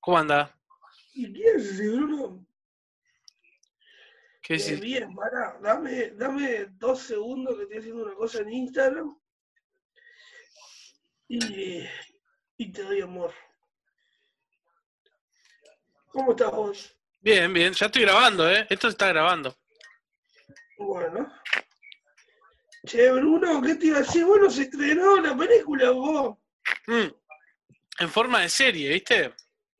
¿Cómo anda? ¿Y qué es ese Bruno? ¿Qué decís? Bien, pará, dame 2 segundos que estoy haciendo una cosa en Instagram y, y te doy amor. ¿Cómo estás vos? Bien, bien, ya estoy grabando, ¿eh? Esto se está grabando. Bueno. Che, Bruno, ¿qué te iba a decir? Bueno, se estrenó la película, vos. Mm, En forma de serie, ¿viste?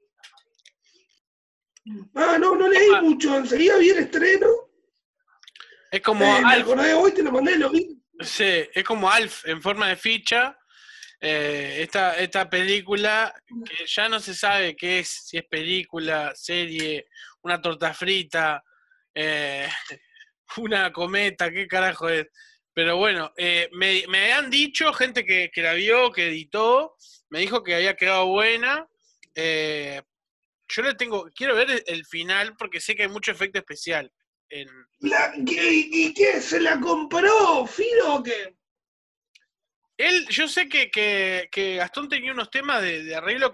No leí mucho, enseguida vi el estreno. Es como Me Alf, acordé de hoy, te lo mandé, lo vi. sí, es como Alf en forma de ficha. Esta película que ya no se sabe qué es, si es película, serie, una torta frita, eh, una cometa, qué carajo es. Pero bueno, me han dicho gente que la vio, que editó, me dijo que había quedado buena. Eh, yo quiero ver el final porque sé que hay mucho efecto especial. En, ¿Y qué? ¿Se la compró Firo o qué? yo sé que Gastón tenía unos temas de arreglo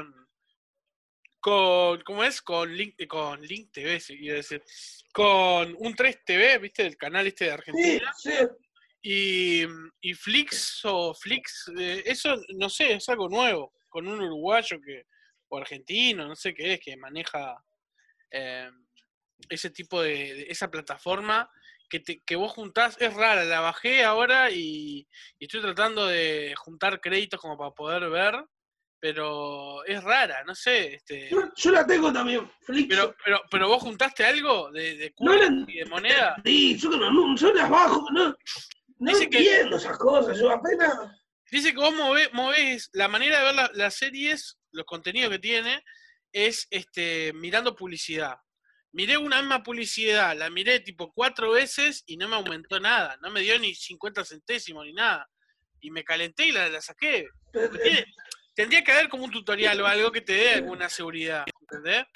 ¿cómo es? Con Link TV, si quiero decir. Con un 3 TV, ¿viste? Del canal este de Sí, Argentina. sí. Y, y Flix, eso no sé, es algo nuevo. Con un uruguayo o argentino, no sé qué es, que maneja eh, ese tipo esa plataforma que vos juntás, es rara, la bajé ahora y estoy tratando de juntar créditos como para poder ver, pero es rara, no sé, Yo la tengo también, Flix. pero vos juntaste algo de No la currency, de moneda. entendí, yo las bajo, no Dice que, entiendo esas cosas, yo apenas. dice que vos movés la manera de ver las series, los contenidos que tiene, es mirando publicidad. Miré una misma publicidad, la miré tipo 4 veces y no me aumentó nada, no me dio ni 50 centésimos ni nada. Y me calenté y la saqué. Porque tendría que haber como un tutorial o algo que te dé alguna seguridad, ¿entendés?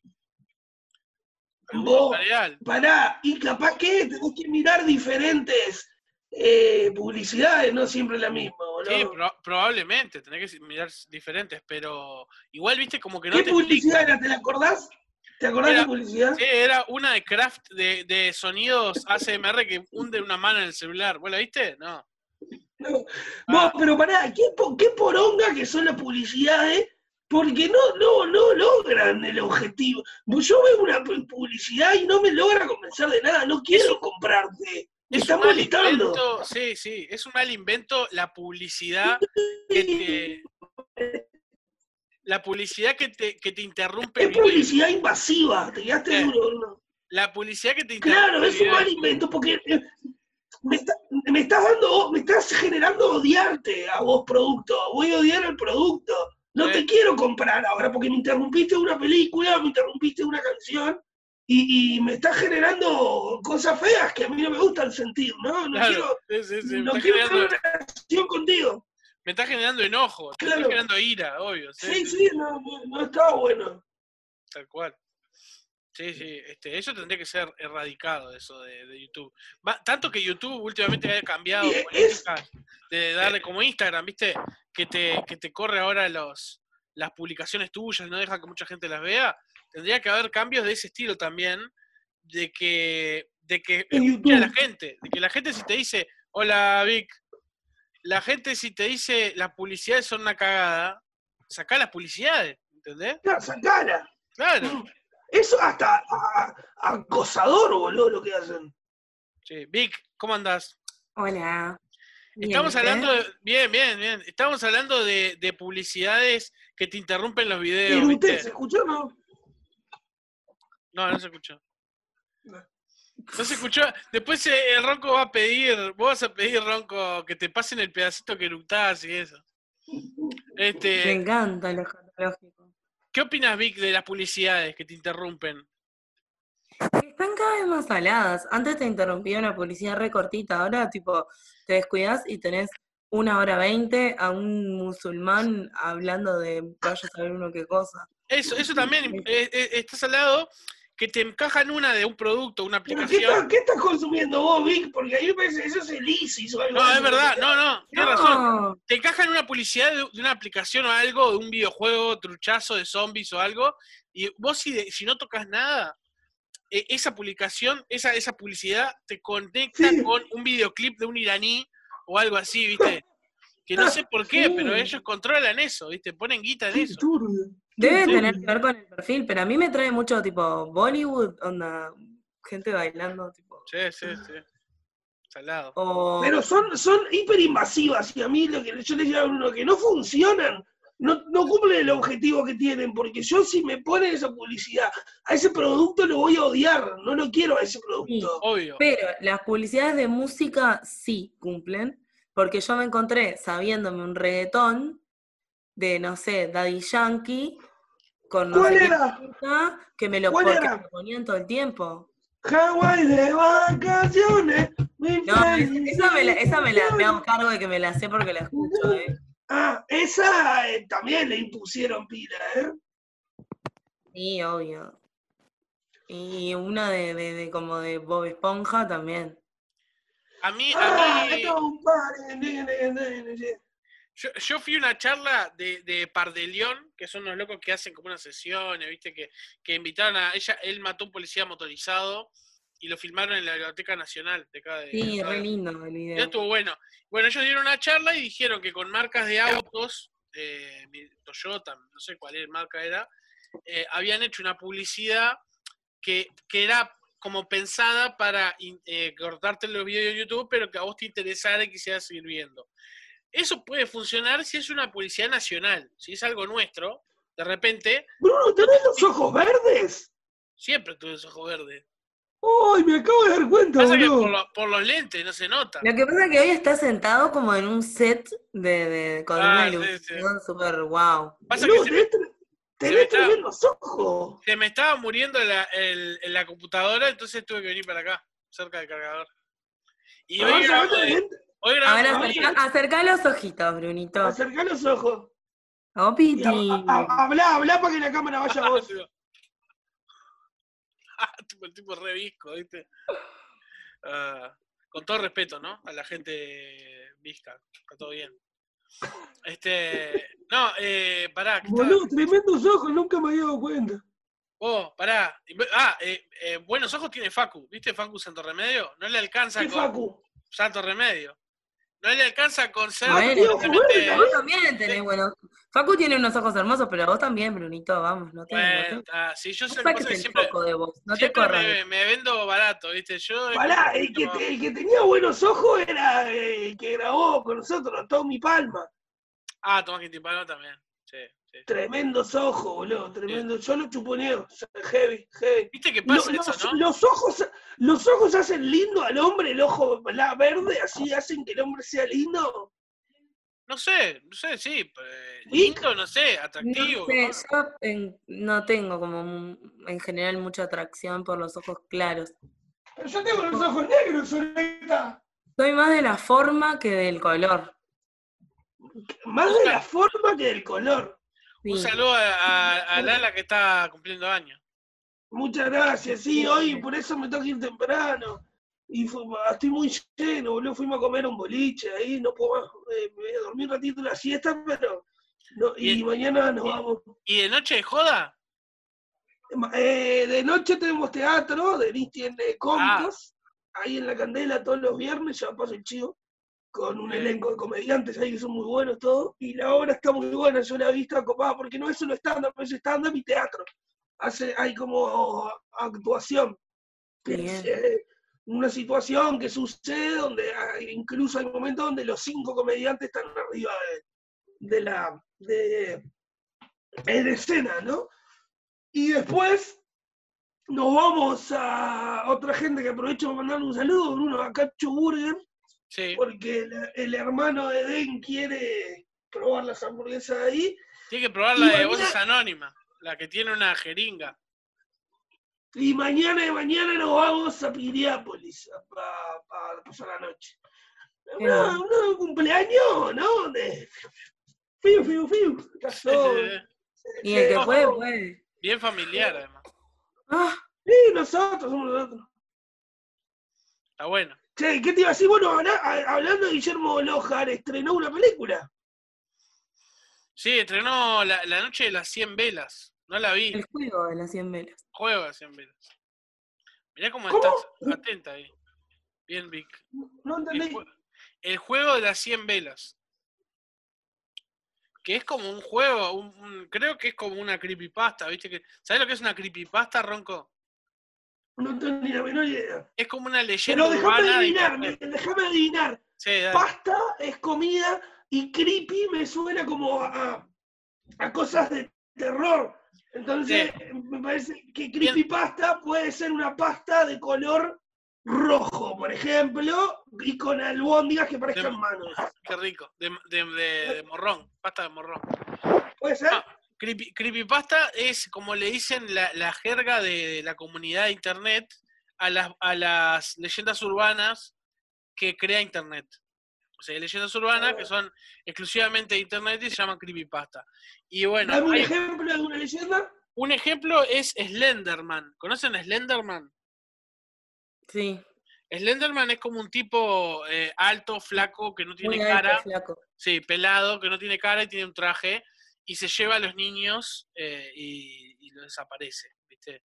Algún Vos, tutorial. pará, y capaz que tenés que mirar diferentes publicidades, no siempre la misma, Sí, boludo. probablemente, tenés que mirar diferentes, pero igual viste como que no ¿Qué te publicidad explica. era? ¿Te la acordás? ¿Te acordás qué Era, publicidad? sí, era una de Craft de sonidos ASMR que hunde una mano en el celular. ¿Vos la viste? No. No. Vos, Ah, pero pará, qué poronga que son las publicidades, porque no logran el objetivo. Yo veo una publicidad y no me logra convencer de nada, no es un, quiero comprarte. Me es está un mal molestando. invento, sí, sí, es un mal invento que te, la publicidad que te interrumpe el Es video. publicidad invasiva, te quedaste Eh, duro, ¿no? la publicidad que te Claro, interrumpe el es un video mal de invento YouTube. porque me estás generando odiarte a vos producto. Voy a odiar al producto. Sí, No te quiero comprar ahora porque me interrumpiste una película, me interrumpiste una canción y me estás generando cosas feas que a mí no me gustan sentir, ¿no? claro, sí, sí, sí, No quiero tener una relación contigo. me está generando enojo, me está Claro. generando ira, obvio, sí, Sí, sí, sí, no estaba bueno. tal cual. Sí, sí, eso tendría que ser erradicado, eso de YouTube. Tanto que YouTube últimamente ha Y cambiado es, políticas de darle como Instagram, ¿viste? Que te corre ahora las publicaciones tuyas, no deja que mucha gente las vea. Tendría que haber cambios de ese estilo también, de que en escuche a la YouTube. gente, de que la gente si te dice, hola Vic, la gente si te dice las publicidades son una cagada, sacá las publicidades, ¿entendés? Esa cara. Claro. Mm. Eso hasta acosador, boludo, lo que hacen. Sí. Vic, ¿cómo andás? Hola, bien, ¿y Estamos usted? hablando de. Bien, bien, bien. Estamos hablando de publicidades que te interrumpen los videos, ¿Usted ¿viste? se escuchó o no? No, no se escuchó. No se escuchó. Después el Ronco va a pedir. Vos vas a pedir, Ronco, que te pasen el pedacito que eructás y eso. Me Este, encanta lo escatológico. ¿Qué opinas, Vic, de las publicidades que te interrumpen? Están cada vez más saladas. Antes te interrumpía una publicidad recortita, ahora tipo te descuidas y tenés 1 hora 20 a un musulmán hablando de vaya a saber uno qué cosa. Eso también estás al lado. que te encajan una de un producto, una ¿Pero aplicación. qué estás consumiendo vos, Vic? Porque a mí me parece que eso es el ISIS o algo No, así. es verdad, no, tienes razón. No. Te encajan una publicidad de una aplicación o algo, de un videojuego truchazo de zombies o algo, y vos si no tocas nada, esa publicación, esa publicidad te conecta Sí. con un videoclip de un iraní o algo así, ¿viste? Que no sé por qué, Sí. pero ellos controlan eso, ¿viste? Ponen guita en Qué eso. turbio. Debe Qué tener turbio. que ver con el perfil, pero a mí me trae mucho tipo Bollywood, onda, gente bailando, tipo. Sí. Salado. Pero son hiperinvasivas y a mí lo que yo les digo a uno que no funcionan, no cumplen el objetivo que tienen, porque yo si me ponen esa publicidad, a ese producto lo voy a odiar, no lo quiero a ese Sí, producto. Obvio. pero las publicidades de música sí cumplen, porque yo me encontré sabiéndome un reggaetón de, no sé, Daddy Yankee, con no ¿Cuál sé qué era? música, que ¿Cuál porque era? me lo ponían todo el tiempo. Hawái de vacaciones. No, me hago cargo de que me la sé porque la escucho, Ah, esa también le impusieron pila, ¿eh? Sí, obvio. Y una de como de Bob Esponja también. A mí, No, yo fui a una charla de Pardelión, que son los locos que hacen como unas sesiones, viste, que invitaron a él mató a un policía motorizado y lo filmaron en la Biblioteca Nacional de acá de Sí, re Rosario. lindo el Eso video. estuvo bueno. Bueno, ellos dieron una charla y dijeron que con marcas de autos, Toyota, no sé cuál marca era, habían hecho una publicidad que era como pensada para cortarte los videos de YouTube, pero que a vos te interesara y quisieras seguir viendo. Eso puede funcionar si es una publicidad nacional, si es algo nuestro, de repente, Bruno, ¿tenés los ojos verdes? siempre tuve los ojos verdes. ¡Ay, me acabo de dar cuenta, Pasa que boludo! por los lentes no se nota. Lo que pasa es que hoy está sentado como en un set con una Sí. iluminación súper wow. Pasa Boludo, que tenés tremendos ojos. se me estaba muriendo la computadora, entonces tuve que venir para acá, cerca del cargador. Y A ver, hoy sacate la grabamos lente. Ahora acercá los ojitos, Brunito. Acercá los ojos. Y Opiti. habla para que la cámara vaya a vos. El tipo re visco, ¿viste? Con todo respeto, ¿no? A la gente visca, está todo bien. No, pará. Boludo, tremendos ojos, nunca me había dado cuenta. Pará. Buenos ojos tiene Facu, ¿viste Facu Santo Remedio? No le alcanza ¿Qué con Facu? Santo Remedio. No le alcanza con ser Bueno, evidentemente. vos también tenés buenos. Facu tiene unos ojos hermosos, pero vos también, Brunito, vamos, no te. Bueno, sí, yo No sé lo que pasa saques que el siempre, foco de vos, no te siempre corras. me vendo barato, ¿viste? Yo es Pará, como- el que tenía buenos ojos era el que grabó con nosotros, Tommy Palma. Tomás Quintipano también. Sí. Tremendos ojos, boludo, tremendo. Yo lo chuponeo, heavy. ¿Viste qué pasa eso, no? Los ojos hacen lindo al hombre, el ojo verde, así hacen que el hombre sea lindo. No sé, sí. Lindo, no sé, atractivo. No sé, yo no tengo como en general mucha atracción por los ojos claros. Pero yo tengo los ojos negros, Soleta. Soy más de la forma que del color. Más de la forma que del color. Sí. Un saludo a Lala que está cumpliendo años. Muchas gracias, sí, hoy por eso me toca ir temprano. Y estoy muy lleno, boludo, fuimos a comer a un boliche ahí, no puedo más, me voy a dormir un ratito la siesta, pero no, y mañana nos vamos. ¿Y de noche de joda? De noche tenemos teatro, Denis tiene cómicos, ahí en La Candela todos los viernes, ya paso el chivo, con un elenco de comediantes ahí que son muy buenos todos, y la obra está muy buena, yo la he visto copada, porque no es solo stand-up, es stand-up y teatro. Hay como actuación. Una situación que sucede donde incluso hay momentos donde los 5 comediantes están arriba de escena, ¿no? Y después nos vamos a otra gente que aprovecho para mandarle un saludo, Bruno, a Cacho Burger, sí. Porque el hermano de Den quiere probar las hamburguesas de ahí. Tiene que probar la de Voces Anónimas, la que tiene una jeringa. Y mañana nos vamos a Piriápolis para pasar la noche. Un cumpleaños, ¿no? De fiu. Y el que puede. Bien familiar, además. Sí, nosotros somos nosotros. Está bueno. Che, ¿qué te iba a decir? Bueno, hablando de Guillermo Lojar, estrenó una película. Sí, estrenó la noche de las 100 velas. No la vi. El juego de las 100 velas. Juego de las 100 velas. Mirá cómo ¿Cómo? estás atenta ahí. Bien, Vic. No entendí. El juego de las 100 velas. Que es como un juego, creo que es como una creepypasta, ¿viste? ¿Sabés lo que es una creepypasta, Ronco? No tengo ni la menor idea. Es como una leyenda Pero déjame urbana. adivinar. Sí, dale. Pasta es comida y creepy me suena como a cosas de terror. Entonces, me parece que creepypasta puede ser una pasta de color rojo, por ejemplo, y con albóndigas que parezcan manos. Qué rico. De morrón. Pasta de morrón. ¿Puede ser? No, creepypasta es, como le dicen, la jerga de la comunidad de internet a las leyendas urbanas que crea internet. O sea, hay leyendas urbanas que son exclusivamente de internet y se llaman creepypasta. Y bueno, ¿Dame un ejemplo de una leyenda? Un ejemplo es Slenderman. ¿Conocen a Slenderman? Sí. Slenderman es como un tipo alto, flaco, que no tiene cara. Flaco. Sí, pelado, que no tiene cara y tiene un traje. Y se lleva a los niños y los desaparece, ¿viste?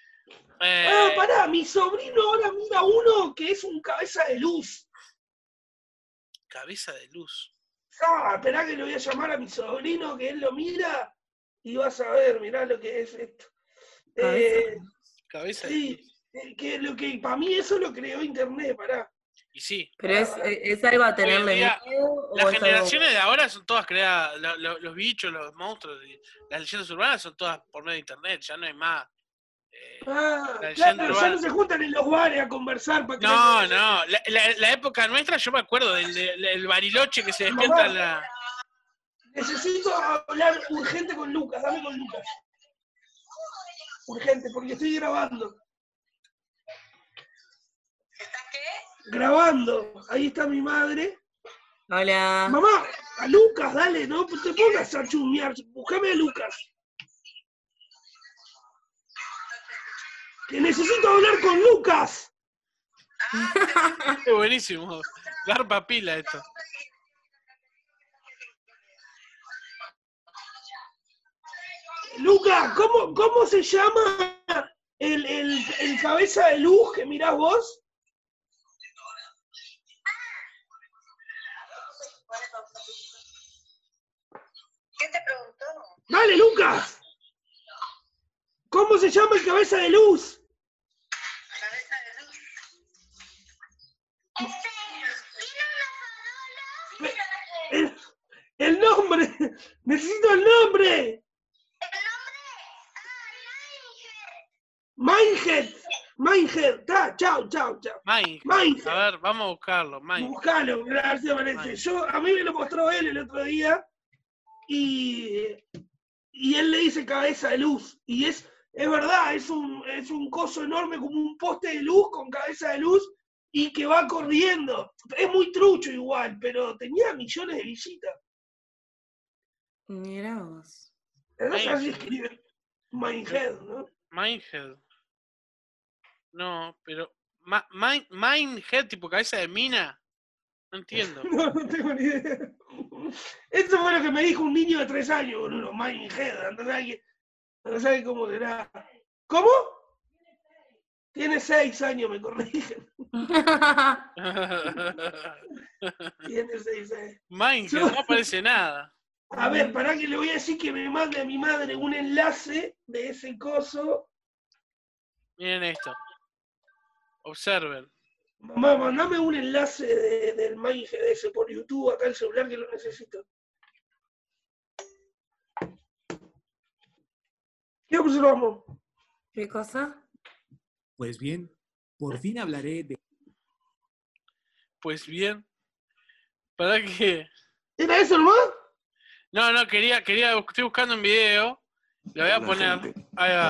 Pará, mi sobrino ahora mira uno que es un cabeza de luz. Cabeza de luz. Esperá que le voy a llamar a mi sobrino, que él lo mira y vas a ver, mirá lo que es esto. Cabeza sí, de luz. Que lo que para mí eso lo creó internet, pará. Y sí. Pero es algo a tenerle miedo. Las generaciones de ahora son todas creadas, los bichos, los monstruos, las leyendas urbanas son todas por medio de internet, ya no hay más. Claro, ya no se juntan en los bares a conversar. Para No, la época nuestra, yo me acuerdo del Bariloche que se despierta en la... Necesito hablar urgente con Lucas, dame con Lucas. Urgente, porque estoy grabando. ¿Estás qué? Grabando, ahí está mi madre. Hola. Mamá, a Lucas, dale, no te pongas a chusmear, búscame a Lucas. Que necesito hablar con Lucas. Qué buenísimo. Garpa pila esto. Lucas, ¿cómo se llama el cabeza de luz que mirás vos? ¿Qué te preguntó? Dale, Lucas. ¿Cómo se llama el cabeza de luz? Cabeza de luz. El nombre. Necesito el nombre. Mindhead. Chao. Mindhead. A ver, vamos a buscarlo. Buscalo, gracias, Vanessa. A mí me lo mostró él el otro día y él le dice cabeza de luz. Y es verdad, es un coso enorme como un poste de luz con cabeza de luz y que va corriendo. Es muy trucho igual, pero tenía millones de visitas. Mirá vos. No sé si escribe Mindhead, ¿no? Mindhead. No, pero... Mindhead, tipo cabeza de mina. No entiendo. No tengo ni idea. Eso fue lo que me dijo un niño de 3 años, boludo. Mindhead. No sabe cómo será. ¿Cómo? Tiene 6 años, me corrigen. Tiene 6 años. Mindhead, no aparece nada. A ver, pará que le voy a decir que me mande a mi madre un enlace de ese coso. Miren esto. Observen. Mamá, mandame un enlace del Mindhead ese por YouTube acá el celular que lo necesito. ¿Qué observamos? ¿Qué cosa? Pues bien, por fin hablaré de... Pues bien. ¿Para qué? ¿Era eso nomás? No, estoy buscando un video. Lo voy a poner. Ahí va.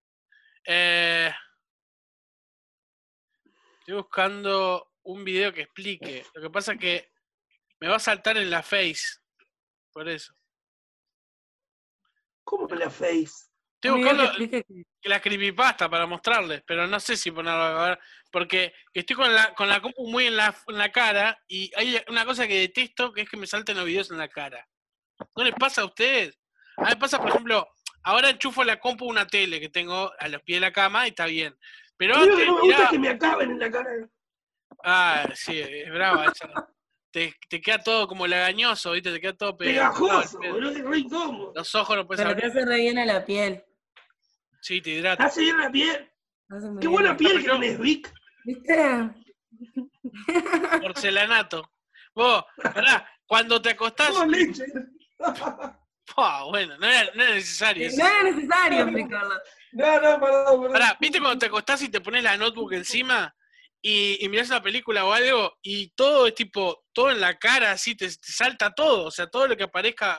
Estoy buscando un video que explique. Lo que pasa es que me va a saltar en la face. Por eso. ¿Cómo en la face? Estoy No me digas buscando que explique la creepypasta para mostrarles, pero no sé si ponerlo a ver, porque estoy con la compu muy en la cara y hay una cosa que detesto, que es que me salten los videos en la cara. ¿No les pasa a ustedes? A mí me pasa, por ejemplo, ahora enchufo la compu a una tele que tengo a los pies de la cama y está bien. Pero A mí lo que antes, no me gusta es que me acaben en la cara. sí, es brava esa. Te queda todo como lagañoso, ¿viste? Te queda todo pegado. Pegajoso, boludo, es re incómodo. Los ojos no puedes pero te abrir. hace re bien a la piel. Sí, te hidrata. Hace bien la piel. Hace muy Qué bien. buena piel que pero- tenés, Vic. ¿Viste? Porcelanato. Vos, pará, cuando te acostás. Todo leche. Bueno, no era necesario eso. No era necesario explicarlo. No, perdón. Pará, ¿viste cuando te acostás y te pones la notebook encima y mirás una película o algo y todo es tipo, todo en la cara, así, te salta todo? O sea, todo lo que aparezca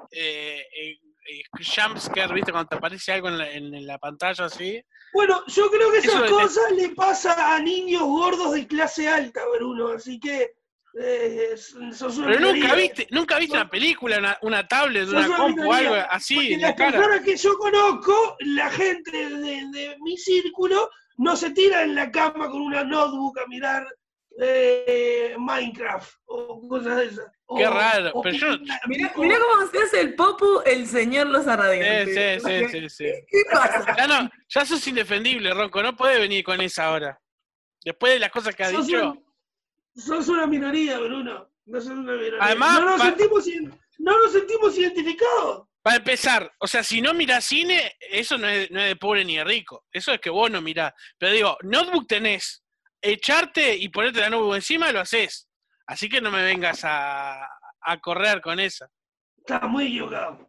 jumpscare, ¿viste? Cuando te aparece algo en la pantalla así. Bueno, yo creo que Eso esas de- cosas le pasa a niños gordos de clase alta, Bruno, así que sos una Pero minoría. nunca viste una película, una tablet, Sos una una compu o algo minoría. así Porque en las la cara. personas que yo conozco, la gente de mi círculo, no se tira en la cama con una notebook a mirar Minecraft o cosas de esas. Qué raro, o pero yo- Mirá cómo se hace el Popu, el señor Los Arradiantes. Sí. ¿Qué pasa? Ya sos indefendible, Ronco, no podés venir con esa ahora. Después de las cosas que has dicho. Sos una minoría, Bruno. No sos una minoría. Además, no nos sentimos identificados. Para empezar, o sea, si no mirás cine, eso no es de pobre ni de rico. Eso es que vos no mirás. Pero digo, notebook tenés. Echarte y ponerte la notebook encima lo haces. Así que no me vengas a correr con esa. Estás muy equivocado.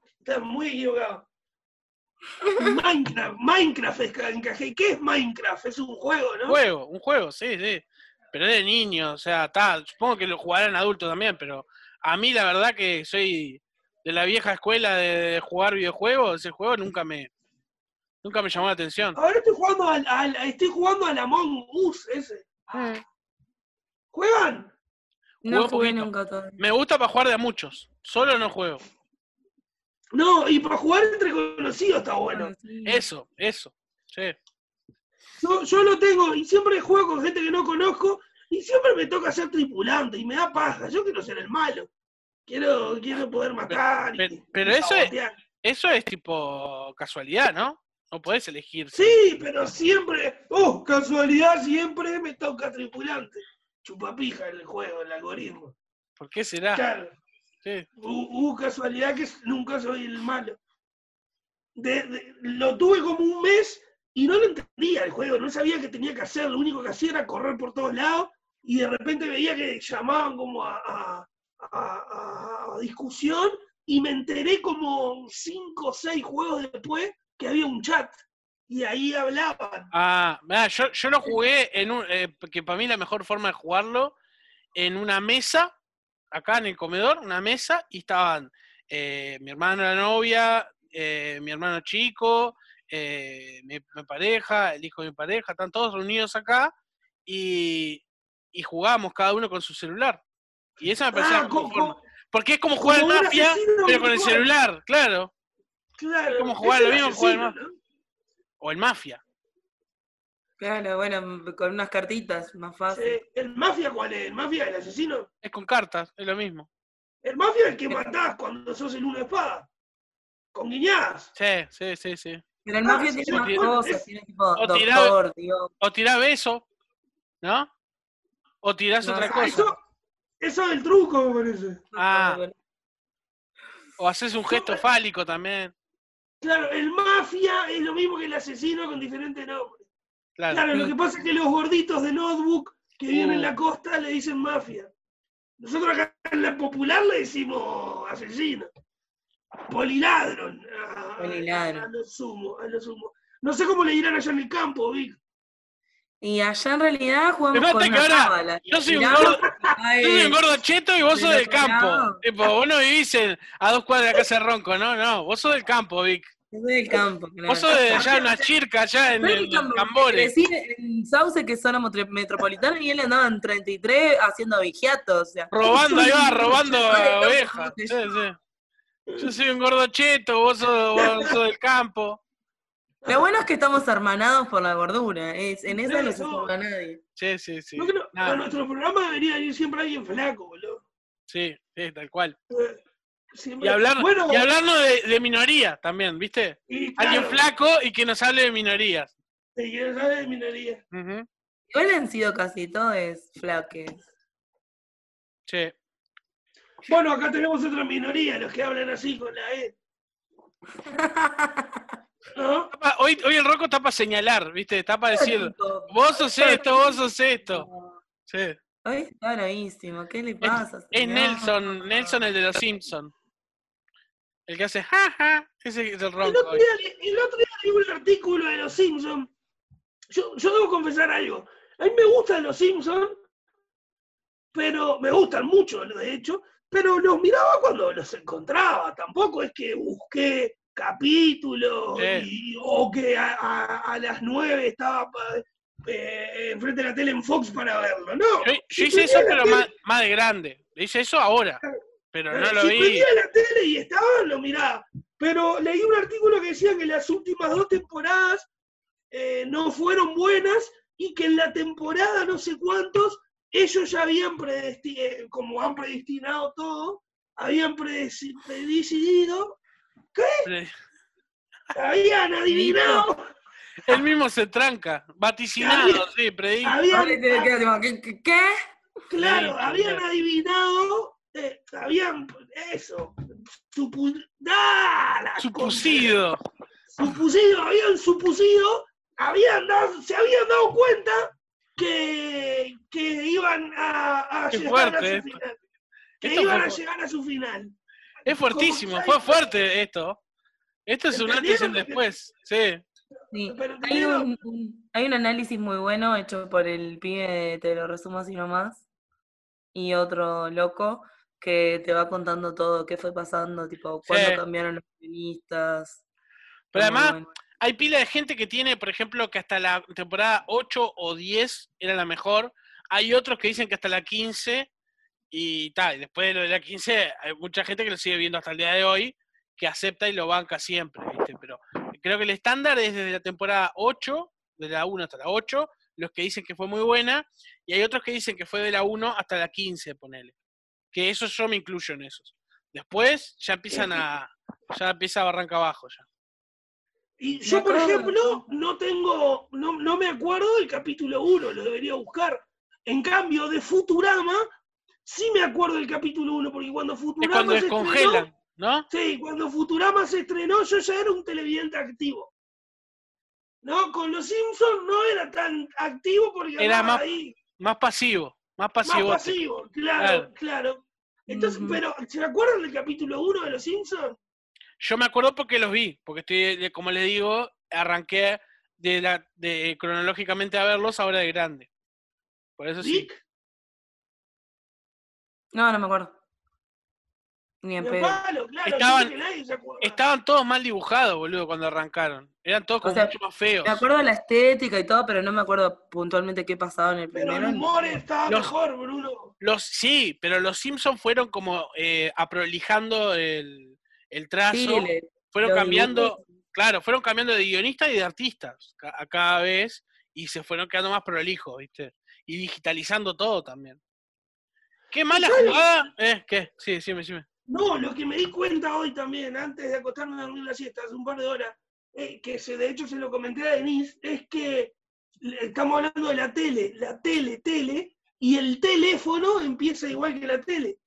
Minecraft encajé. ¿Qué es Minecraft? Es un juego, ¿no? Un juego, sí. Pero es de niño, o sea, supongo que lo jugarán adultos también, pero a mí la verdad que soy de la vieja escuela de jugar videojuegos, ese juego nunca me llamó la atención. Ahora estoy jugando al Among Us ese. ¿Juegan? No Jugué jugué poquito. nunca todavía. Me gusta para jugar de a muchos, solo no juego. No, y para jugar entre conocidos está bueno. Sí. Eso, sí. Yo lo tengo y siempre juego con gente que no conozco y siempre me toca ser tripulante y me da paja. Yo quiero ser el malo. Quiero poder matar. Pero y eso es- sabotear. Eso es tipo casualidad, ¿no? No podés elegir. Sí, pero siempre, casualidad, siempre me toca tripulante. Chupapija en el juego, el algoritmo. ¿Por qué será? Claro, Sí. casualidad que nunca soy el malo. Lo tuve como un mes y no lo entendía el juego, no sabía qué tenía que hacer, lo único que hacía era correr por todos lados y de repente veía que llamaban como a discusión y me enteré como 5 o 6 juegos después que había un chat y ahí hablaban. Mirá, yo lo jugué que para mí la mejor forma de jugarlo, en una mesa, acá en el comedor, una mesa, y estaban mi hermano, la novia, mi hermano chico, mi pareja, el hijo de mi pareja, están todos reunidos acá, y jugábamos cada uno con su celular. Y esa me parecía la mejor forma. Porque es como jugar al como un Mafia, asesino pero con el virtual. celular, claro. Claro, Es como jugar es lo el mismo que jugar al asesino, Mafia. ¿no? O el Mafia. Claro, bueno, con unas cartitas, más fácil. Sí. ¿El Mafia cuál es? ¿El Mafia el asesino? Es con cartas, es lo mismo. El Mafia es el que matás cuando sos el uno de espada. Con guiñadas. Sí. Pero el Mafia sí, tiene más bueno, cosas, tiene tipo o doctor, tío. O tirás beso, ¿no? O tirás No, otra ah, cosa. Eso es el truco, me parece. O haces un gesto fálico también. Claro, el Mafia es lo mismo que el asesino con diferente nombre. Claro, lo que pasa es que los gorditos de notebook que viven en la costa le dicen Mafia. Nosotros acá en la popular le decimos asesino. Poliladron. Poliladron. A lo sumo. No sé cómo le dirán allá en el campo, Vic. Y allá en realidad jugamos Fíjate con que una ahora cábala. yo soy un Tiramos, gordo, cae yo soy un gordo cheto y vos sos del del otro campo. lado. Tipo, vos no vivís a 2 cuadras de la casa de Ronco, no, vos sos del campo, Vic. Yo soy del campo. Claro. Vos sos de allá en una chirca, allá en Soy del el campo, Cambores. crecí en Sauce, que es zona metropolitana, y él andaba en 33 haciendo vigiato, o sea. Robando, ahí va, robando Ay, ovejas. no, Sí. Yo soy un gordo cheto, vos sos del campo. Lo bueno es que estamos hermanados por la gordura. En eso no se No. salva a nadie. Sí. No, que no, Nada. a nuestro programa debería ir siempre alguien flaco, boludo. Sí, tal cual. Siempre. Y Bueno, hablarnos de minoría también, ¿viste? y Alguien claro, flaco y que nos hable de minorías. te quiero saber de minoría. Ujú. Igual han sido casi todos flaques. Sí. Bueno, acá tenemos otra minoría, los que hablan así con la E. ¿No? Hoy el Rocco está para señalar, ¿viste? Está para decir, vos sos esto, vos sos esto. Sí. Hoy está bravísimo. ¿Qué le pasa, Es señor? Nelson el de los Simpsons. El que hace jaja, ese es el El Ronco. otro día leí un artículo de los Simpsons. Yo debo confesar algo. A mí me gustan los Simpsons, pero me gustan mucho, de hecho, pero los miraba cuando los encontraba. Tampoco es que busqué capítulos o que a las 9 estaba enfrente de la tele en Fox para verlo. No. Yo hice eso, pero más de grande. Hice eso ahora, pero no lo si vi. prendía la tele y estaba, lo miraba. Pero leí un artículo que decía que las últimas 2 temporadas no fueron buenas y que en la temporada no sé cuántos, ellos ya habían como han predestinado todo, habían predecidido, ¿qué? Habían adivinado. Él mismo se tranca, vaticinado, sí, predijo. ¿Qué? Claro, Sí, habían adivinado, habían eso, Supusido. habían supusido, se habían dado cuenta que iban a Qué llegar fuerte a su esto. final. Que Esto iban fue a llegar a su final. Es fuertísimo, Como fue fuerte esto. Esto es un antes y un ¿Entendieron? después, sí. Sí. Pero Hay ¿entendieron? hay un análisis muy bueno hecho por el pibe de Te lo resumo así nomás y otro loco que te va contando todo, qué fue pasando, tipo, cuándo Sí. cambiaron los guionistas. Pero Está muy además, bueno. hay pila de gente que tiene, por ejemplo, que hasta la temporada 8 o 10 era la mejor. Hay otros que dicen que hasta la 15 y tal. Después de lo de la 15, hay mucha gente que lo sigue viendo hasta el día de hoy, que acepta y lo banca siempre, ¿viste? Pero creo que el estándar es desde la temporada 8, de la 1 hasta la 8, los que dicen que fue muy buena, y hay otros que dicen que fue de la 1 hasta la 15, ponele. Que eso yo me incluyo en esos. Después ya empieza a barranca abajo ya. Y yo, por ejemplo, no me acuerdo del capítulo 1, lo debería buscar. En cambio, de Futurama, sí me acuerdo del capítulo 1, porque cuando Es Futurama cuando se descongelan, estrenó, ¿no? sí, cuando Futurama se estrenó, yo ya era un televidente activo. ¿No? Con los Simpsons no era tan activo porque Era andaba ahí. más pasivo, más Más pasivo. pasivo, claro. Entonces, pero, ¿se acuerdan del capítulo 1 de los Simpsons? Yo me acuerdo porque los vi, porque estoy, como les digo, arranqué cronológicamente a verlos ahora de grande. Por eso sí. ¿Rick? No me acuerdo. Ni en Mi pedo. palo, claro, Estaban- yo sé que nadie se acuerda. Estaban todos mal dibujados, boludo, cuando arrancaron. Eran todos como mucho más feos. Me acuerdo de la estética y todo, pero no me acuerdo puntualmente qué pasaba en el Pero primero. el humor estaba mejor, Bruno. Sí, pero los Simpsons fueron como aprolijando el trazo. Sí, fueron los cambiando, dibujos. claro, fueron cambiando de guionistas y de artistas a cada vez y se fueron quedando más prolijos, ¿viste? Y digitalizando todo también. Qué mala ¿Sabes? jugada. ¿Qué? Sí, decime. No, lo que me di cuenta hoy también, antes de acostarme a dormir la siesta, hace un par de horas, que de hecho se lo comenté a Denise, es que estamos hablando de la tele, y el teléfono empieza igual que la tele.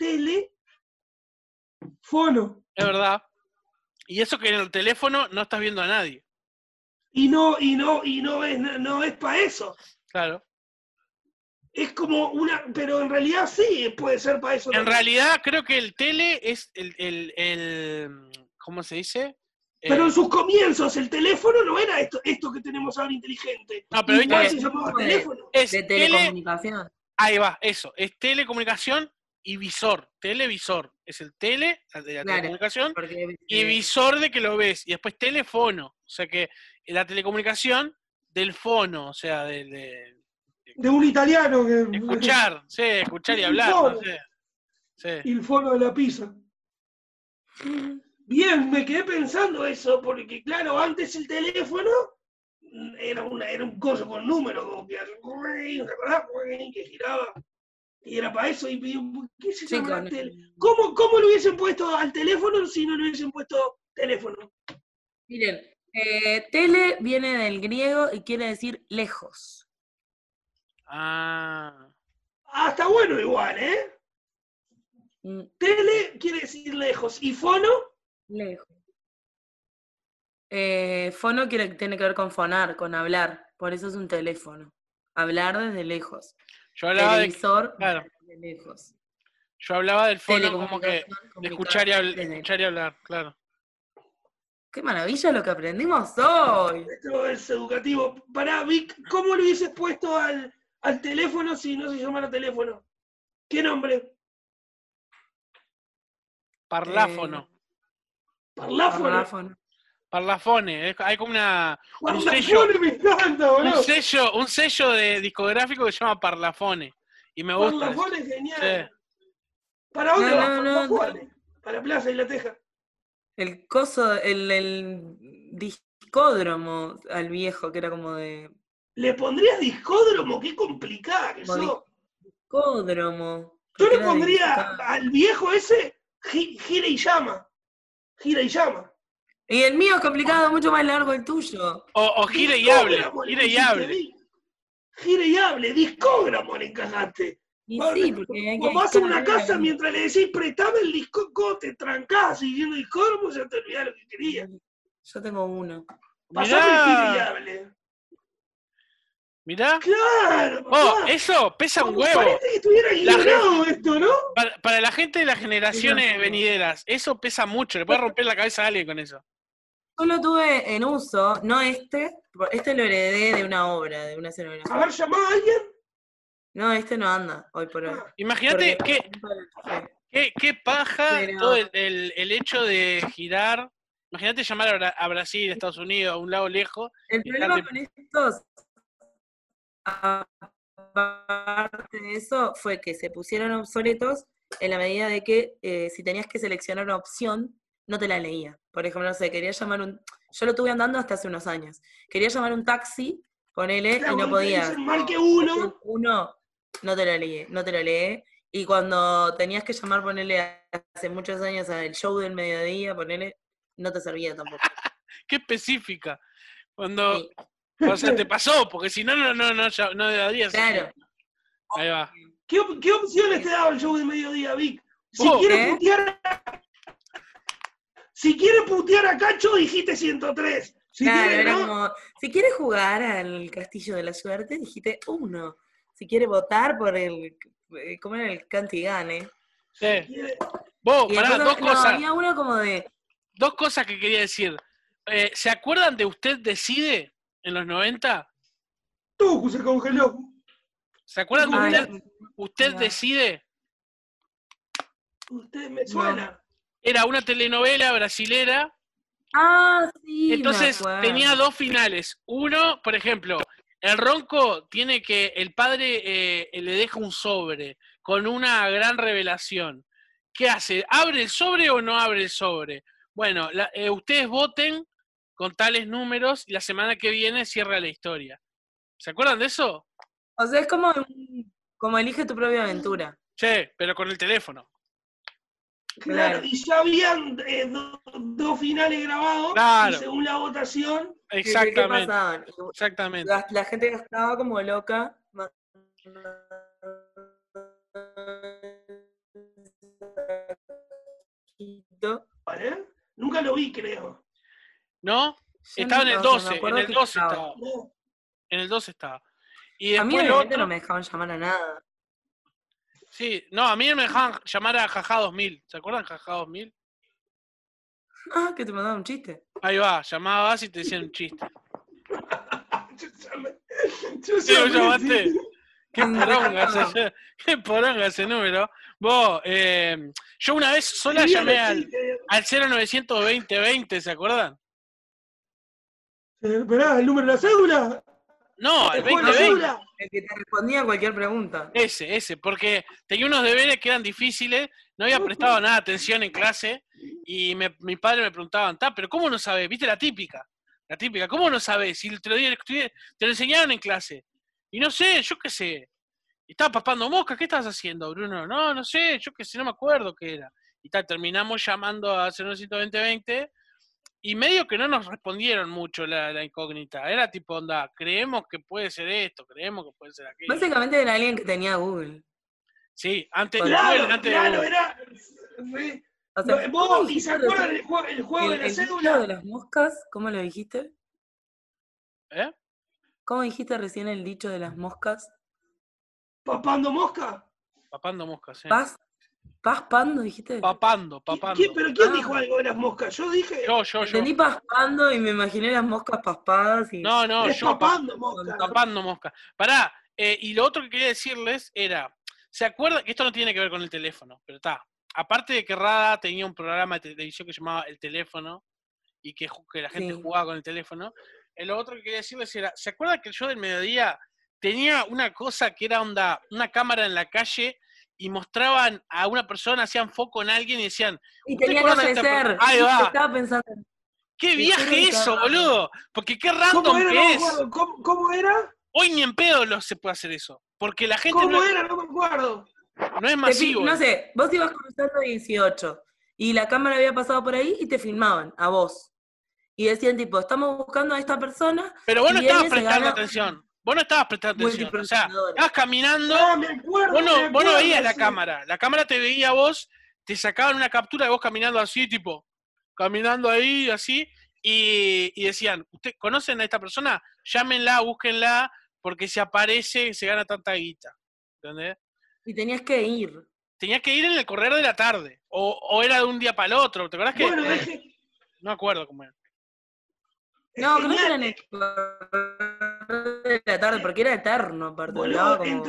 Teléfono. Es verdad. Y eso que en el teléfono no estás viendo a nadie. Y no es para eso. Claro. Es como pero en realidad sí puede ser para eso. En también. realidad creo que el tele es ¿cómo se dice? Pero en sus comienzos el teléfono no era esto que tenemos ahora inteligente. No, pero igual viste, se llamaba de- teléfono. es De telecomunicación. Ahí va, eso. Es telecomunicación y visor. Televisor. Es el tele, de la Claro, telecomunicación, porque, y visor de que lo ves. Y después teléfono. O sea que la telecomunicación del fono, o sea, de De un italiano que. escuchar, sí, escuchar y El hablar, fono. no sé. Sí. El fono de la pizza. Bien, me quedé pensando eso, porque claro, antes el teléfono era un coso con números, como que ¿te acordás? Que giraba, y era para eso, y ¿qué se llama la tele? ¿Cómo lo hubiesen puesto al teléfono si no le hubiesen puesto teléfono? Miren, tele viene del griego y quiere decir lejos. Ah. Ah, está bueno igual, ¿eh? Tele quiere decir lejos, ¿y fono? Lejos. Fono tiene que ver con fonar, con hablar, por eso es un teléfono. Hablar desde lejos. Yo hablaba Televisor claro. desde lejos. Yo hablaba del fono como que de escuchar y hablar, claro. ¡Qué maravilla lo que aprendimos hoy! Esto es educativo. Pará, Vic, ¿cómo le hubieses puesto al teléfono si no se llamara teléfono? ¿Qué nombre? Parláfono. ¿Parláfono? Parlafone. Hay como un sello. Me encanta, boludo. Un sello de discográfico que se llama Parlafone. Y me gusta. Parlafone es genial. Sí. ¿Para dónde vas? Parlafone. Para Plaza y La Teja. El coso, el discódromo al viejo, que era como de... ¿Le pondrías discódromo? ¡Qué complicada que sos! Discódromo. Yo le pondría al viejo ese gira y llama. Gira y llama. Y el mío es complicado, mucho más largo el tuyo. O gira y hable. Gira y hable. Gira y hable. Discógramo le encajaste. Y sí, porque hay que... Vas a una casa mientras le decís prestame el disco, te trancás diciendo discógramo, ya te olvidás lo que querías. Yo tengo uno. Pasame el gira y hable. Mirá. Claro. Eso pesa un huevo. Parece que estuviera ignorado esto, ¿no? Para la gente de las generaciones venideras, eso pesa mucho. Le puede romper la cabeza a alguien con eso. Yo lo tuve en uso, no este lo heredé de una obra, de una escenografía. A ver, ¿llamá a alguien? No, este no anda hoy por hoy. Imagínate qué paja todo el hecho de girar. Imagínate llamar a Brasil, a Estados Unidos, a un lado lejos. El problema con estos, aparte de eso, fue que se pusieron obsoletos en la medida de que si tenías que seleccionar una opción, no te la leía. Por ejemplo, no sé, quería llamar yo lo tuve andando hasta hace unos años. Quería llamar un taxi, ponele, y no podía. Marque uno. No te lo lee. Y cuando tenías que llamar, ponele, hace muchos años al show del mediodía, ponele, no te servía tampoco. Qué específica. Cuando... Sí. O sea, te pasó, porque si no darías. Claro. Ahí va. ¿Qué opciones te daba el show del mediodía, Vic? Si quieres putear a Cacho, dijiste 103. Si quieres jugar al Castillo de la Suerte, dijiste 1. Si quieres votar por ¿cómo era el Cantigane? Sí. Pará, dos cosas. Había uno como de... Dos cosas que quería decir. ¿Se acuerdan de Usted Decide en los 90? Tú se congeló. ¿Se acuerdan de Usted Decide? Usted me suena. No. Era una telenovela brasilera. Ah, sí. Entonces tenía dos finales. Uno, por ejemplo, el ronco tiene que el padre le deja un sobre con una gran revelación. ¿Qué hace? ¿Abre el sobre o no abre el sobre? Bueno, ustedes voten con tales números y la semana que viene cierra la historia. ¿Se acuerdan de eso? O sea, es como elige tu propia aventura. Sí, pero con el teléfono. Claro, y ya habían dos finales grabados, claro. Y según la votación... Exactamente. ¿Qué pasaban? Exactamente. La gente estaba como loca. ¿Vale? Nunca lo vi, creo. ¿No? Estaba en el 12, en el 12 estaba. En el 12 estaba. Y a mí otro... no me dejaban llamar a nada. Sí, no, a mí no me dejaban llamar a Jaja 2000. ¿Se acuerdan de Jaja 2000? Ah, que te mandaban un chiste. Ahí va, llamabas y te decían un chiste. Yo llamaste. Qué poronga ese número. Vos, yo una vez sola llamé al 0920-20, ¿se acuerdan? Esperá, ¿el número de la cédula? No, el 2020. El que te respondía a cualquier pregunta. Ese, porque tenía unos deberes que eran difíciles, no había prestado nada de atención en clase y mi padre me preguntaban, pero ¿cómo no sabés? ¿Viste la típica? La típica, ¿cómo no sabés? Si te lo enseñaron en clase. Y no sé, yo qué sé. Estaba papando moscas, ¿qué estabas haciendo, Bruno? No sé, yo qué sé, no me acuerdo qué era. Y terminamos llamando a 09020 y medio que no nos respondieron mucho la incógnita. Era tipo, onda, creemos que puede ser esto, creemos que puede ser aquello. Básicamente era alguien que tenía Google. Sí, antes de Claro, Google. era... Sí. O sea, ¿Vos, ¿y se acuerdan el juego de la el dicho cédula? de las moscas? ¿Cómo lo dijiste? ¿Eh? ¿Cómo dijiste recién el dicho de las moscas? ¿Papando mosca? Papando moscas, sí. ¿Paspando dijiste? Papando. ¿Pero quién dijo algo de las moscas? Yo dije... Yo. Entendí paspando y me imaginé las moscas paspadas. Y... No, es yo papando mosca. papando mosca. Pará, y lo otro que quería decirles era, ¿se acuerdan? Que esto no tiene que ver con el teléfono, pero está. Aparte de que Rada tenía un programa de televisión que se llamaba El Teléfono y que la gente jugaba con el teléfono, lo otro que quería decirles era, ¿se acuerdan que el show del mediodía tenía una cosa que era onda, una cámara en la calle y mostraban a una persona, hacían foco en alguien y decían... Y tenía que aparecer. Ahí va. Estaba pensando... ¡Qué viaje eso, boludo! Porque qué random que es. ¿Cómo era? Hoy ni en pedo se puede hacer eso. Porque la gente ¿Cómo era? No me acuerdo. No es masivo. No sé, vos ibas cruzando 18 y la cámara había pasado por ahí y te filmaban a vos. Y decían tipo, estamos buscando a esta persona. Pero vos no estabas prestando atención. Vos no estabas prestando atención. O sea, estabas caminando. Me acuerdo, vos no veías la cámara. La cámara te veía a vos, te sacaban una captura de vos caminando así, tipo, caminando ahí, así, y decían, ¿usted conocen a esta persona? Llámenla, búsquenla, porque si aparece se gana tanta guita. ¿Entendés? Y tenías que ir. Tenías que ir en el correr de la tarde. O era de un día para el otro. ¿Te acordás que? Bueno, no me acuerdo cómo era. No, creo que era en el correr de la tarde, porque era eterno, aparte. Boludo, en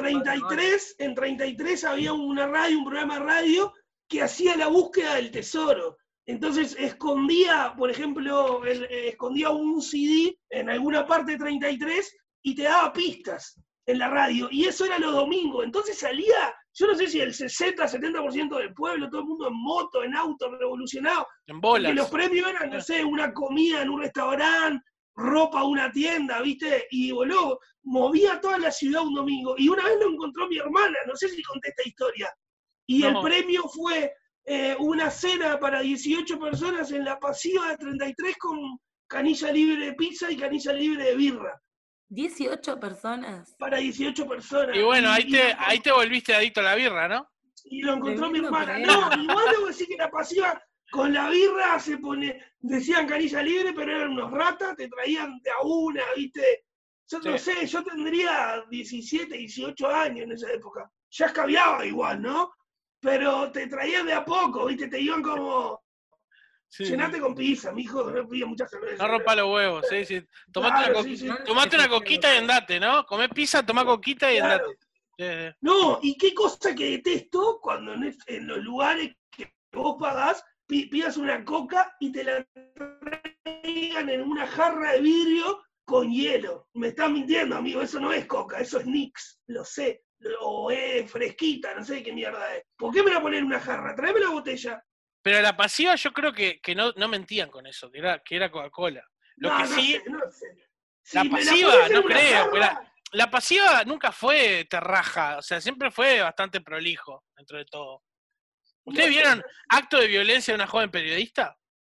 33 había una radio, un programa de radio que hacía la búsqueda del tesoro. Entonces escondía, por ejemplo, escondía un CD en alguna parte de 33 y te daba pistas en la radio. Y eso era los domingos. Entonces salía, yo no sé si el 60-70% del pueblo, todo el mundo en moto, en auto, revolucionado. En bolas. Porque los premios eran, no sé, una comida en un restaurante, ropa a una tienda, ¿viste? Y, boludo, movía toda la ciudad un domingo. Y una vez lo encontró mi hermana, no sé si conté esta historia. Y el premio fue una cena para 18 personas en la pasiva de 33 con canilla libre de pizza y canilla libre de birra. 18 personas. Para 18 personas. Y bueno, ahí te volviste adicto a la birra, ¿no? Y lo encontró mi hermana. No, igual debo decir que la pasiva con la birra decían canilla libre, pero eran unos ratas, te traían de a una, ¿viste? Yo no sé, yo tendría 17, 18 años en esa época. Ya escabiaba igual, ¿no? Pero te traían de a poco, ¿viste? Te iban como... Sí. Llenate con pizza, mijo, no pide mucha cerveza. No rompa los huevos, sí. Tomate una coquita y andate, ¿no? Comé pizza, tomá coquita y andate. No, y qué cosa que detesto cuando en los lugares que vos pagás, pidas una coca y te la traigan en una jarra de vidrio con hielo. Me estás mintiendo, amigo, eso no es coca, eso es Nix, lo sé. O es fresquita, no sé qué mierda es. ¿Por qué me la ponen en una jarra? Tráeme la botella. Pero la pasiva yo creo que no mentían con eso, que era Coca-Cola. Lo que sí, no sé. La pasiva, no creo. La pasiva nunca fue terraja, o sea, siempre fue bastante prolijo, dentro de todo. ¿Ustedes vieron Acto de Violencia de una joven periodista?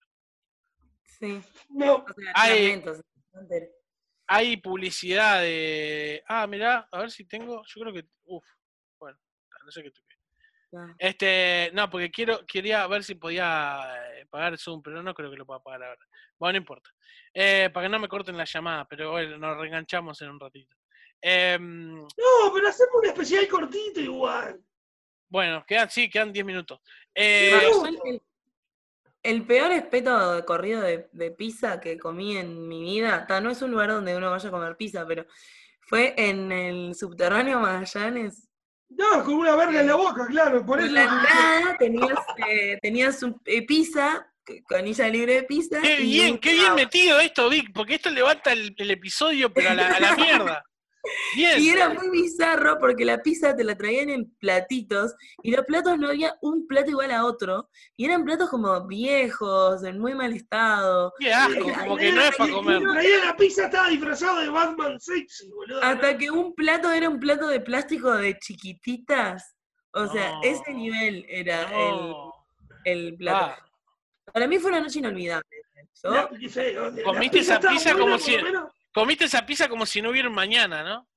Sí. No. O sea, hay publicidad de... mirá, a ver si tengo... Yo creo que... bueno, no sé qué tuve. No, porque quería ver si podía pagar Zoom, pero no creo que lo pueda pagar ahora. Bueno, no importa. Para que no me corten la llamada, pero bueno, nos reenganchamos en un ratito. No, pero hacemos un especial cortito igual. Bueno, quedan 10 minutos. El peor espeto de corrido de pizza que comí en mi vida, no es un lugar donde uno vaya a comer pizza, pero fue en el subterráneo Magallanes. No, con una verga en la boca, claro, por eso. En la entrada tenías un pizza, canilla libre de pizza. Qué bien metido esto, Vic, porque esto levanta el episodio, pero a la mierda. Bien. Y era muy bizarro porque la pizza te la traían en platitos y los platos no había un plato igual a otro y eran platos como viejos, en muy mal estado. Qué asco, como que no es para comer. Traía la pizza, estaba disfrazado de Batman sexy, boludo. Hasta que un plato era un plato de plástico de chiquititas. O sea, No, ese nivel era no. el plato. Ah, Para mí fue una noche inolvidable. Yo, Qué feo. comiste esa estaba pizza buena, como por si... lo menos. Comiste esa pizza como si no hubiera un mañana, ¿no?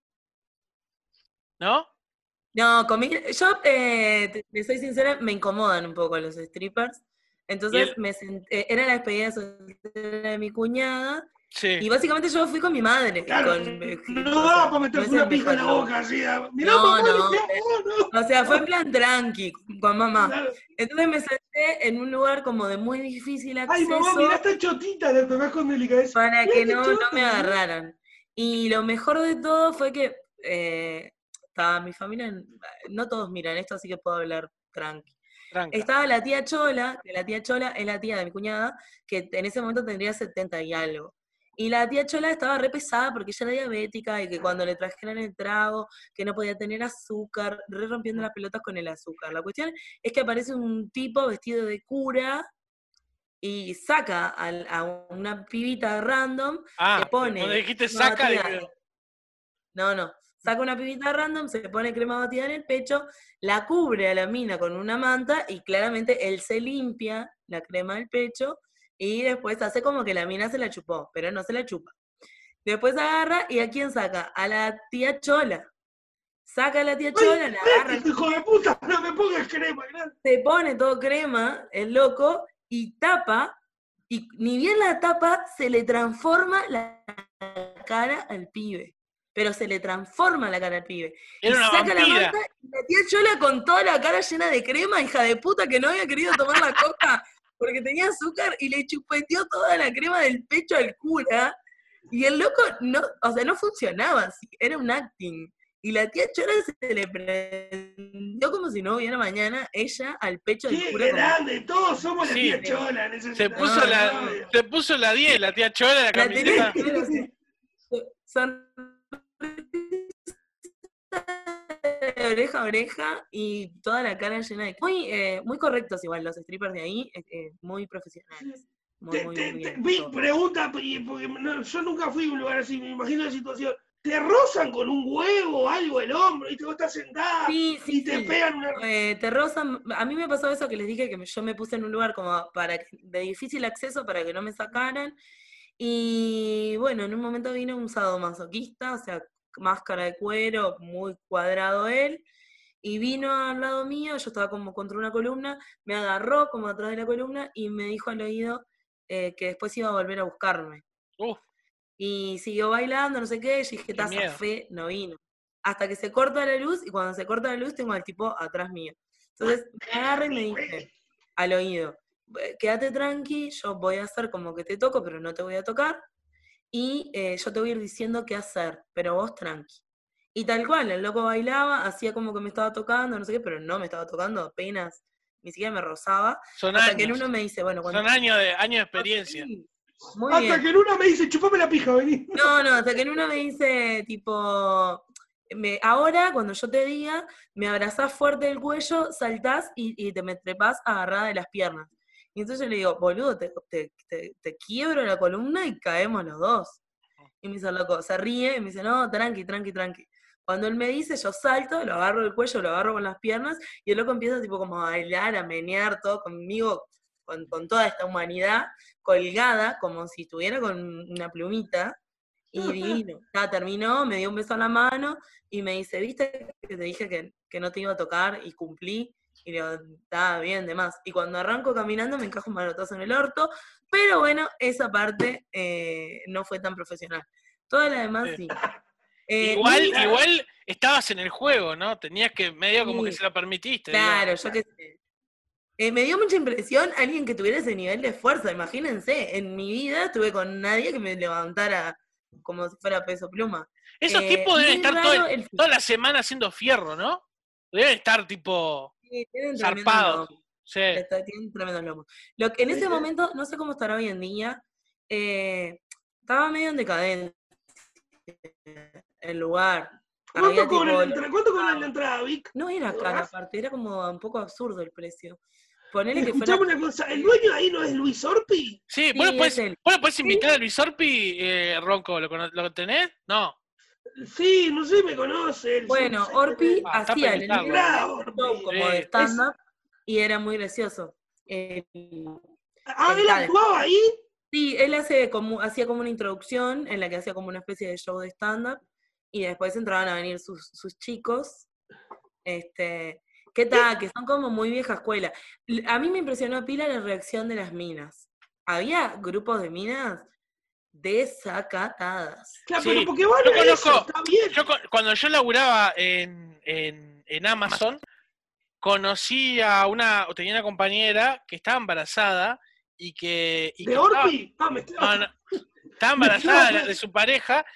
¿No? no, yo te soy sincera, me incomodan un poco los strippers. Y Entonces el... me senté, era la despedida soltera de mi cuñada, y Sí. básicamente yo fui con mi madre. Claro, no O sea, va para no meterse es el una pija en la mejor boca así. Mirá, No, papá, no, lo que hago, no. O sea, fue en plan tranqui, con mamá. Claro. Entonces me senté en un lugar como de muy difícil Ay, mamá, mirá acceso esta chotita, la tomás con delicadeza. para Mirá que qué no chota, me mirá. agarraran. Y lo mejor de todo fue que estaba mi familia, no todos miran esto, así que puedo hablar tranqui. Tranca. Estaba la tía Chola, que la tía Chola es la tía de mi cuñada, que en ese momento tendría 70 y algo. Y la tía Chola estaba re pesada porque ella era diabética y que cuando le trajeran el trago, que no podía tener azúcar, re rompiendo las pelotas con el azúcar. La cuestión es que aparece un tipo vestido de cura y saca a una pibita random, Ah, se pone cuando dijiste crema saca, batida. digo, No, saca una pibita random, se pone crema batida en el pecho, la cubre a la mina con una manta y claramente él se limpia la crema del pecho y después hace como que la mina se la chupó, pero no se la chupa. Después agarra y ¿a quién saca? A la tía Chola. Saca a la tía Chola, la agarra, Hijo de puta, no me pongas crema, gracias. se pone todo crema, el loco, y tapa, y ni bien la tapa, se le transforma la cara al pibe. Pero se le transforma la cara al pibe. era y una saca la vampira. manta, y la tía Chola con toda la cara llena de crema, hija de puta, que no había querido tomar la coca porque tenía azúcar, y le chupeteó toda la crema del pecho al cura, y el loco, no, o sea, no funcionaba así, era un acting. Y la tía Chora se le prendió como si no hubiera mañana, ella al pecho del Qué cura. grande, todos somos Sí. la tía Chola. Se puso No, la, no. se puso la 10, la tía Chola, la La tenía camiseta. que ver, son de oreja a oreja y toda la cara llena de... Muy correctos igual los strippers de ahí, muy profesionales. Muy bien. todo. Pregunta, porque yo nunca fui a un lugar así, me imagino la situación. Te rozan con un huevo o algo el hombro y te vos estás sentada Sí, y te pegan una... te rozan. A mí me pasó eso que les dije que yo me puse en un lugar como de difícil acceso para que no me sacaran. Y bueno, en un momento vino un sadomasoquista, o sea, máscara de cuero, muy cuadrado él, y vino al lado mío, yo estaba como contra una columna, me agarró como atrás de la columna y me dijo al oído que después iba a volver a buscarme. Y siguió bailando, no sé qué, y dije, taza fe, no vino. Hasta que se corta la luz, y cuando se corta la luz tengo al tipo atrás mío. Entonces me agarra y me dice al oído, quédate tranqui, yo voy a hacer como que te toco, pero no te voy a tocar, y yo te voy a ir diciendo qué hacer, pero vos tranqui. Y tal cual, el loco bailaba, hacía como que me estaba tocando, no sé qué, pero no me estaba tocando apenas, ni siquiera me rozaba. Son hasta años. que en uno me dice, bueno, cuando... Son años de experiencia. Sí, muy Hasta bien. que en una me dice, chupame la pija, vení. No, hasta que en uno me dice, tipo, ahora, cuando yo te diga, me abrazás fuerte del cuello, saltás y te me trepás agarrada de las piernas. Y entonces yo le digo, boludo, te quiebro la columna y caemos los dos. Y me dice el loco, se ríe y me dice, no, tranqui. Cuando él me dice, yo salto, lo agarro del cuello, lo agarro con las piernas, y el loco empieza tipo como a bailar, a menear todo conmigo, con toda esta humanidad, colgada, como si estuviera con una plumita, y divino. Ya terminó, me dio un beso en la mano, y me dice, ¿viste que te dije que no te iba a tocar? Y cumplí, y le digo, está bien, demás. Y cuando arranco caminando me encajo un manotazo en el orto, pero bueno, esa parte no fue tan profesional. Toda la demás sí. Igual estabas en el juego, ¿no? Tenías que, medio como Sí. que se lo permitiste. Claro, digamos. yo qué sé. Me dio mucha impresión alguien que tuviera ese nivel de fuerza, imagínense, en mi vida estuve con nadie que me levantara como si fuera peso pluma. Esos tipos deben muy estar raro toda la semana haciendo fierro, ¿no? Deben estar tipo Sí, tienen zarpados. Sí. Tienen tremendos lomos. En ese momento, no sé cómo estará hoy en día, estaba medio en decadencia el lugar. ¿Cuánto Había cobran tipo- la entrada, Vic? No era ¿Te caro acordás? aparte, era como un poco absurdo el precio. Ponele que fuera... Escuchame una cosa, ¿el dueño ahí no es Luis Orpi? Sí, Sí, es él. vos le podés invitar a Luis Orpi, Ronco, ¿lo tenés? No. Sí, no sé, me conoce. Bueno, Orpi Ah, está hacía para en el invitarlo. Claro, show como Sí. de stand-up y era muy gracioso. ¿Él Está de- actuaba ahí? Sí, él hacía como una introducción en la que hacía como una especie de show de stand-up y después entraban a venir sus chicos, ¿qué tal? Que son como muy vieja escuela. A mí me impresionó pila la reacción de las minas. Había grupos de minas desacatadas. Claro, Sí, pero porque van yo a eso, conozco- está bien. Cuando yo laburaba en Amazon, conocí tenía una compañera que estaba embarazada y que ¿De estaba, Orpi? Ah, estaba embarazada de su pareja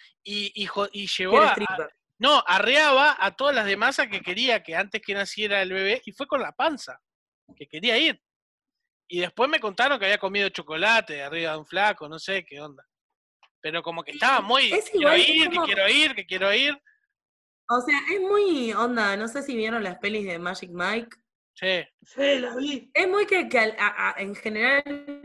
y llevó Que era stripper. arreaba a todas las demás que quería que antes que naciera el bebé y fue con la panza, que quería ir. Y después me contaron que había comido chocolate de arriba de un flaco, no sé qué onda. Pero como que estaba muy, Es quiero igual, es ir, como- que quiero ir. O sea, es muy onda, no sé si vieron las pelis de Magic Mike. Sí, Sí, la vi. Es muy que en general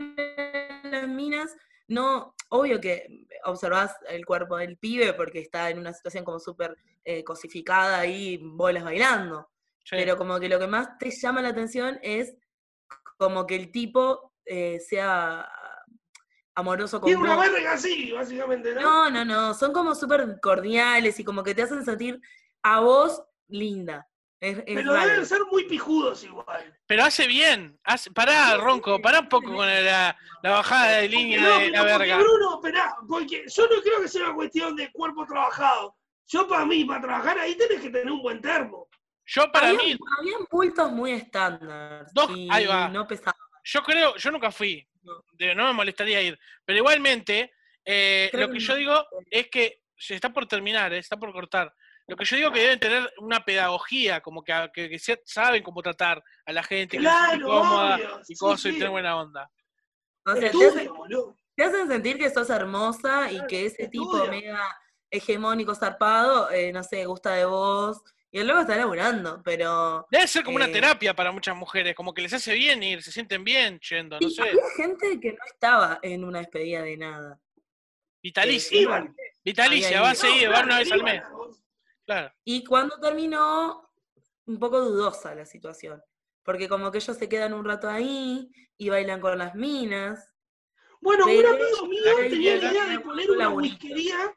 las minas, no, obvio que observás el cuerpo del pibe porque está en una situación como súper cosificada ahí, bolas bailando. sí. Pero como que lo que más te llama la atención es como que el tipo sea amoroso con Tiene una vos. verga así, básicamente, ¿no? No, son como súper cordiales y como que te hacen sentir a vos linda. Es Pero raro. deben ser muy pijudos igual. Pero hace bien. Pará, Ronco, pará un poco con la bajada de línea No, de la pero porque verga. Bruno, esperá, porque yo no creo que sea una cuestión de cuerpo trabajado. Yo para mí, para trabajar ahí tenés que tener un buen termo. Yo para mí, Habían bultos muy estándar y ahí va. no pesados. yo nunca fui. No me molestaría ir. Pero igualmente, lo que yo digo es que se está por terminar, está por cortar. Lo que yo digo que deben tener una pedagogía, como que saben cómo tratar a la gente, que no Claro, es incómoda obvio, y sí, cosas y sí. tener buena onda. O sea, Estudia, boludo. te hacen sentir que sos hermosa y que ese tipo Estudia. mega hegemónico zarpado, no sé, gusta de vos. Y el loco está laburando, pero... Debe ser como una eh, terapia para muchas mujeres, como que les hace bien ir, se sienten bien yendo, no sí, sé. había gente que no estaba en una despedida de nada. Vitalicia. Iban. Vitalicia, había va a ido. seguir, va una vez al iban mes. a vos. Claro. Y cuando terminó, un poco dudosa la situación. Porque como que ellos se quedan un rato ahí y bailan con las minas. Bueno, un pero amigo mío la que tenía la quiera. idea de poner una whiskería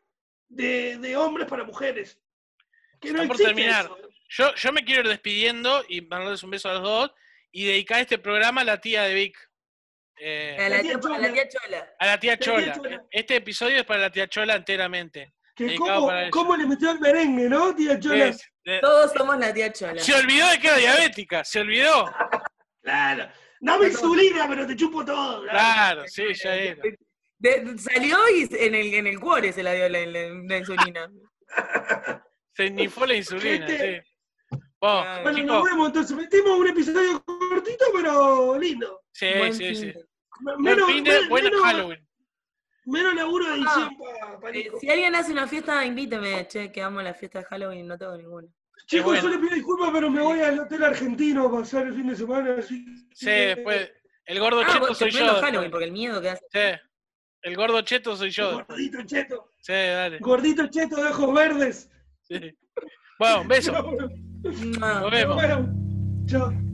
de hombres para mujeres. Que no Está por existe terminar. eso. Yo me quiero ir despidiendo y mandarles un beso a los dos y dedicar este programa a la tía de Vic. A la tía Chola. A la tía La tía Chola. Chola. Este episodio es para la tía Chola enteramente. Que Dedicado para ella. cómo le metió el merengue, ¿no, tía Chola? Todos somos la tía Chola. Se olvidó de que era diabética, se olvidó. Claro. Dame insulina, pero te chupo todo. Claro, sí, ya era. Salió y en el cuore se la dio la insulina. Se nifó la insulina, Gente. sí. Bueno, Claro. Bueno, nos vemos entonces. Metimos un episodio cortito, pero lindo. sí, Buen sí, fin sí. de- Buen Halloween. menos laburo de edición para Nico. Si alguien hace una fiesta, invíteme, che, que amo la fiesta de Halloween, no tengo ninguna. Chicos, bueno. yo les pido disculpas, pero me voy al hotel argentino a pasar el fin de semana. Así Sí, que- después. El gordo cheto vos te soy yo. prendo después. Halloween, porque el miedo que hace. Sí. El gordo cheto soy yo. después. Gordito cheto. Sí, dale. Gordito cheto de ojos verdes. Sí. Bueno, un beso. Mua. Nos vemos. Bueno, chao.